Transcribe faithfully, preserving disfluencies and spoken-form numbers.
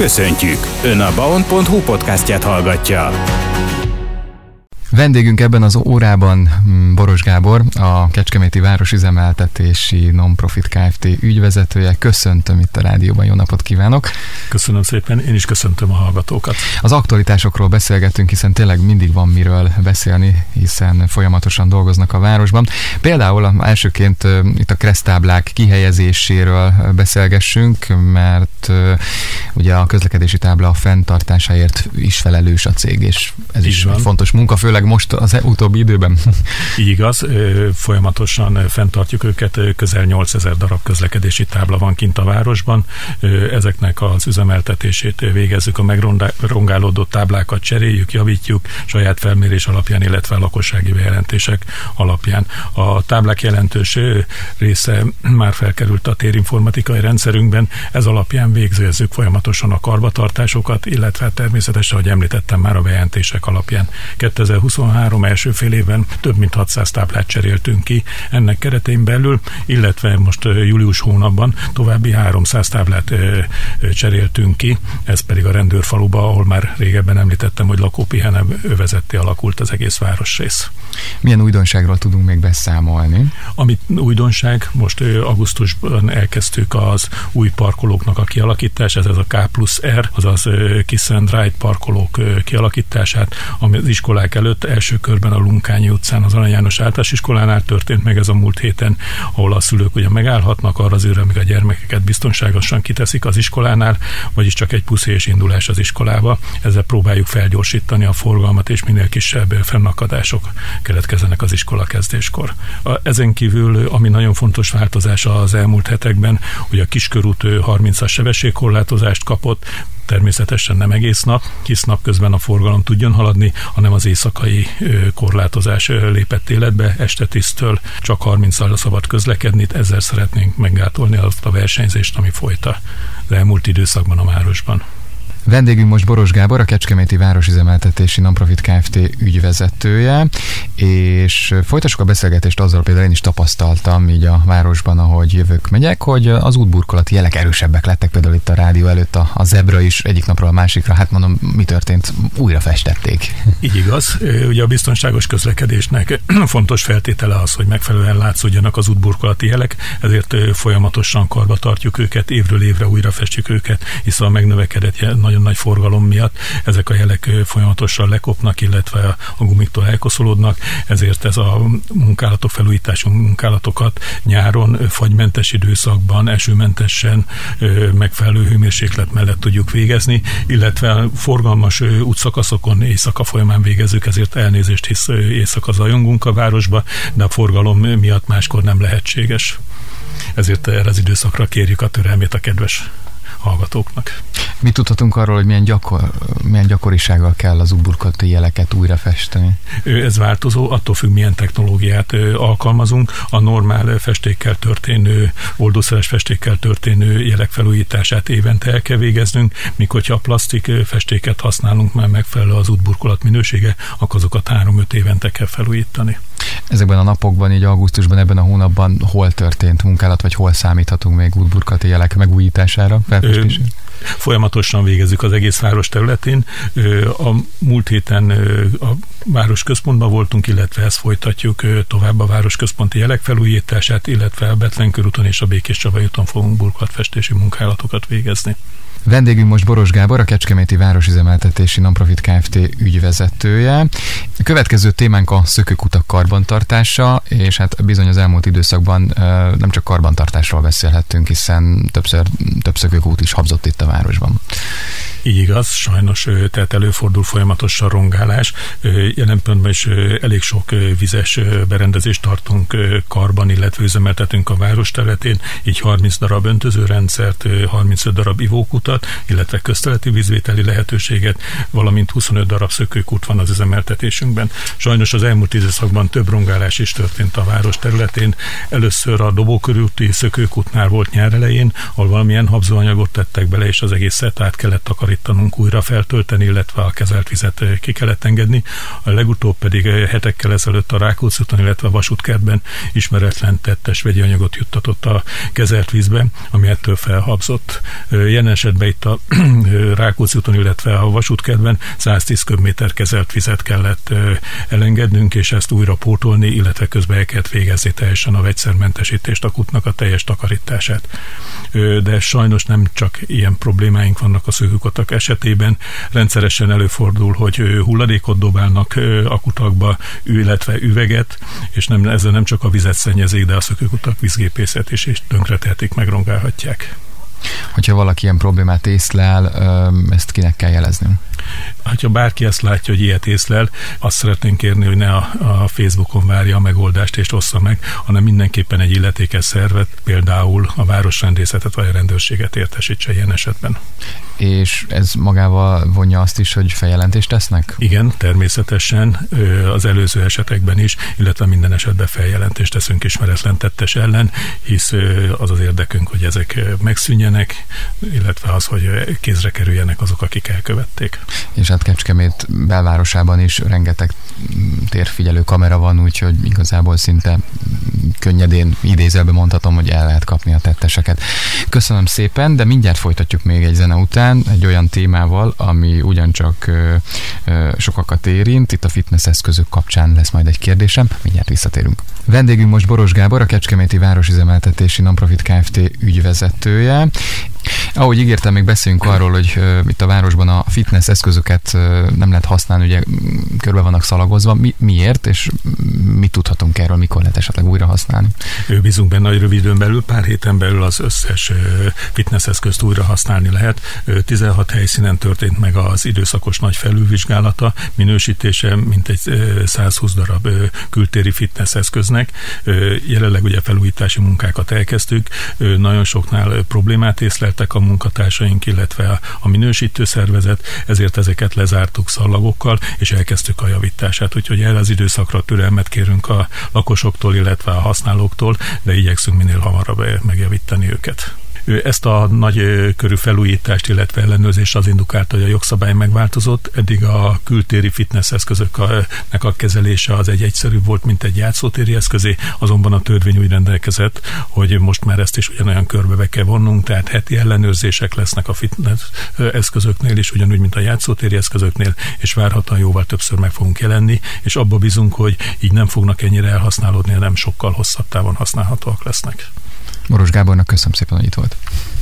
Köszöntjük! Ön a baon pont hu podcastját hallgatja. Vendégünk ebben az órában Boros Gábor, a Kecskeméti Városüzemeltetési Non-Profit Kft. Ügyvezetője. Köszöntöm itt a rádióban, jó napot kívánok! Köszönöm szépen, én is köszöntöm a hallgatókat. Az aktualitásokról beszélgettünk, hiszen tényleg mindig van miről beszélni, hiszen folyamatosan dolgoznak a városban. Például elsőként itt a kereszttáblák kihelyezéséről beszélgessünk, mert ugye a közlekedési tábla fenntartásáért is felelős a cég, és ez is egy fontos munka, főleg most az utóbbi időben. Így igaz, folyamatosan fenntartjuk őket, közel nyolcezer darab közlekedési tábla van kint a városban. Ezeknek az üzemeltetését végezzük, a megrongálódott táblákat cseréljük, javítjuk saját felmérés alapján, illetve a lakossági bejelentések alapján. A táblák jelentős része már felkerült a térinformatikai rendszerünkben, ez alapján végezzük folyamatosan a karbantartásokat, illetve természetesen, ahogy említettem már, a bejelentések alapján. kétezer-huszonhárom első fél évben több mint hatszáz táblát cseréltünk ki ennek keretén belül, illetve most július hónapban további háromszáz táblát cseréltünk ki, ez pedig a Rendőrfaluba, ahol már régebben említettem, hogy lakópihenő övezetté alakult az egész városrész. Milyen újdonságról tudunk még beszámolni? Amit újdonság, most augusztusban elkezdtük az új parkolóknak a kialakítását, ez a K plusz R, azaz Kiss and Ride parkolók kialakítását, ami az iskolák előtt első körben a Lunkányi utcán, az Arany János Általános Iskolánál történt meg ez a múlt héten, ahol a szülők ugye megállhatnak arra az időre, amíg a gyermekeket biztonságosan kiteszik az iskolánál, vagyis csak egy puszi és indulás az iskolába. Ezzel próbáljuk felgyorsítani a forgalmat, és minél kisebb fennakadások keletkezzenek az iskola kezdéskor. Ezen kívül, ami nagyon fontos változás az elmúlt hetekben, hogy a Kiskörút harmincas sebességkorlátozást kapott, természetesen nem egész nap, hisz napközben a forgalom tudjon haladni, hanem az éjszakai korlátozás lépett életbe, este tíztől csak harminccal szabad közlekedni, ezzel szeretnénk meggátolni azt a versenyzést, ami folyt az elmúlt időszakban a városban. Vendégünk most Boros Gábor, a Kecskeméti Városüzemeltetési Non-Profit Kft. Ügyvezetője, és folytassuk a beszélgetést azzal, például én is tapasztaltam így a városban, ahogy jövök, megyek, hogy az útburkolati jelek erősebbek lettek, például itt a rádió előtt a, a zebra is egyik napról a másikra, hát mondom, mi történt? Újra festették. Így igaz, ugye a biztonságos közlekedésnek fontos feltétele az, hogy megfelelően látszódjanak az útburkolati jelek, ezért folyamatosan karba tartjuk őket, évről évre újra festjük őket, hiszen a megnövekedett nagyon nagy forgalom miatt ezek a jelek folyamatosan lekopnak, illetve a gumiktól elkoszolódnak, ezért ez a munkálatok, felújítású munkálatokat nyáron, fagymentes időszakban, esőmentesen, megfelelő hőmérséklet mellett tudjuk végezni, illetve forgalmas útszakaszokon éjszaka folyamán végezzük, ezért elnézést, hisz éjszaka zajongunk a városba, de a forgalom miatt máskor nem lehetséges. Ezért erre az időszakra kérjük a türelmét a kedves hallgatóknak. Mit tudhatunk arról, hogy milyen, gyakor, milyen gyakorisággal kell az útburkolati jeleket újra festeni? Ez változó, attól függ, milyen technológiát alkalmazunk. A normál festékkel történő, oldószeres festékkel történő jelek felújítását évente el kell végeznünk, míg hogyha a plastik festéket használunk, már megfelelő az útburkolat minősége, akkor azokat három-öt évente kell felújítani. Ezekben a napokban, így augusztusban, ebben a hónapban hol történt munkálat, vagy hol számíthatunk még útburkolati jelek megújítására, felfestésére? Folyamatosan végezzük az egész város területén. A múlt héten a városközpontban voltunk, illetve ezt folytatjuk tovább a városközponti jelek felújítását, illetve a Bethlen körúton és a Békés Csabai úton fogunk burkolatfestési munkálatokat végezni. Vendégünk most Boros Gábor, a Kecskeméti Városüzemeltetési Non-Profit Kft. Ügyvezetője. A következő témánk a szökőkutak karbantartása, és hát bizony az elmúlt időszakban nem csak karbantartásról beszélhettünk, hiszen többször több szökőkút is habzott itt a városban. Így igaz, sajnos tehát előfordul folyamatosan rongálás. Jelen pillanatban is elég sok vizes berendezést tartunk karban, illetve üzemeltetünk a város területén, így harminc darab öntözőrendszert, harmincöt darab ivókutat, illetve közterületi vízvételi lehetőséget, valamint huszonöt darab szökőkút van az üzemeltetésünkben. Sajnos az elmúlt időszakban több rongálás is történt a város területén. Először a Dobókörúti szökőkútnál volt nyár elején, ahol valamilyen habzóanyagot tettek bele, és az egészet át kellett takarítani takarítanunk, újra feltölteni, illetve a kezelt vizet ki kellett engedni. A legutóbb pedig hetekkel ezelőtt a Rákóczi úton, illetve a vasútkertben ismeretlen tettes vegyi anyagot juttatott a kezelt vízbe, ami ettől felhabzott. Jelen esetben itt a Rákóczi úton, illetve a vasútkertben száztíz köbméter kezelt vizet kellett elengednünk, és ezt újra pótolni, illetve közben el kellett végezni teljesen a vegyszermentesítést, a kútnak a teljes takarítását. De sajnos nem csak ilyen problémáink vannak a szökőkutak esetében. Rendszeresen előfordul, hogy hulladékot dobálnak a kutakba, illetve üveget, és nem, ezzel nem csak a vizet szennyezik, de a szökőkutak vízgépészet is, és tönkretehetik, megrongálhatják. Hogyha valaki ilyen problémát észlel, ezt kinek kell jelezni? Ha bárki ezt látja, hogy ilyet észlel, azt szeretnénk kérni, hogy ne a, a Facebookon várja a megoldást és ossza meg, hanem mindenképpen egy illetékes szervet, például a városrendészetet vagy a rendőrséget értesítse ilyen esetben. És ez magával vonja azt is, hogy feljelentést tesznek? Igen, természetesen az előző esetekben is, illetve minden esetben feljelentést teszünk ismeretlen tettes ellen, hisz az az érdekünk, hogy ezek megszűnjenek, illetve az, hogy kézre kerüljenek azok, akik elkövették. És hát Kecskemét belvárosában is rengeteg térfigyelő kamera van, úgyhogy igazából szinte könnyedén idézelben mondhatom, hogy el lehet kapni a tetteseket. Köszönöm szépen, de mindjárt folytatjuk még egy zene után egy olyan témával, ami ugyancsak ö, ö, sokakat érint. Itt a fitness eszközök kapcsán lesz majd egy kérdésem, mindjárt visszatérünk. Vendégünk most Boros Gábor, a Kecskeméti Városüzemeltetési Nonprofit Kft. Ügyvezetője. Ahogy ígértem, még beszéljünk arról, hogy uh, itt a városban a fitness eszközöket uh, nem lehet használni, ugye körbe vannak szalagozva. Mi, miért, és mit tudhatunk erről, mikor lehet esetleg újra használni? Bízunk benne, hogy rövid időn belül, pár héten belül az összes uh, fitness eszközt újra használni lehet. Uh, tizenhat helyszínen történt meg az időszakos nagy felülvizsgálata, minősítése, mintegy uh, százhúsz darab uh, kültéri fitness eszköznek. Uh, jelenleg ugye felújítási munkákat elkezdtük, uh, nagyon soknál uh, problémát észleltek a munkatársaink, illetve a, a minősítő szervezet, ezért ezeket lezártuk szallagokkal, és elkezdtük a javítását. Úgyhogy erre az időszakra türelmet kérünk a lakosoktól, illetve a használóktól, de igyekszünk minél hamarabb megjavítani őket. Ezt a nagy körű felújítást, illetve ellenőrzést az indukálta, hogy a jogszabály megváltozott. Eddig a kültéri fitness eszközöknek a kezelése az egy egyszerűbb volt, mint egy játszótéri eszközé, azonban a törvény úgy rendelkezett, hogy most már ezt is ugyanolyan körbe be kell vonnunk, tehát heti ellenőrzések lesznek a fitness eszközöknél is, ugyanúgy, mint a játszótéri eszközöknél, és várhatóan jóval többször meg fogunk jelenni, és abba bízunk, hogy így nem fognak ennyire elhasználódni, hanem sokkal hosszabb távon használhatóak lesznek. Boros Gábornak köszönöm szépen, hogy itt volt.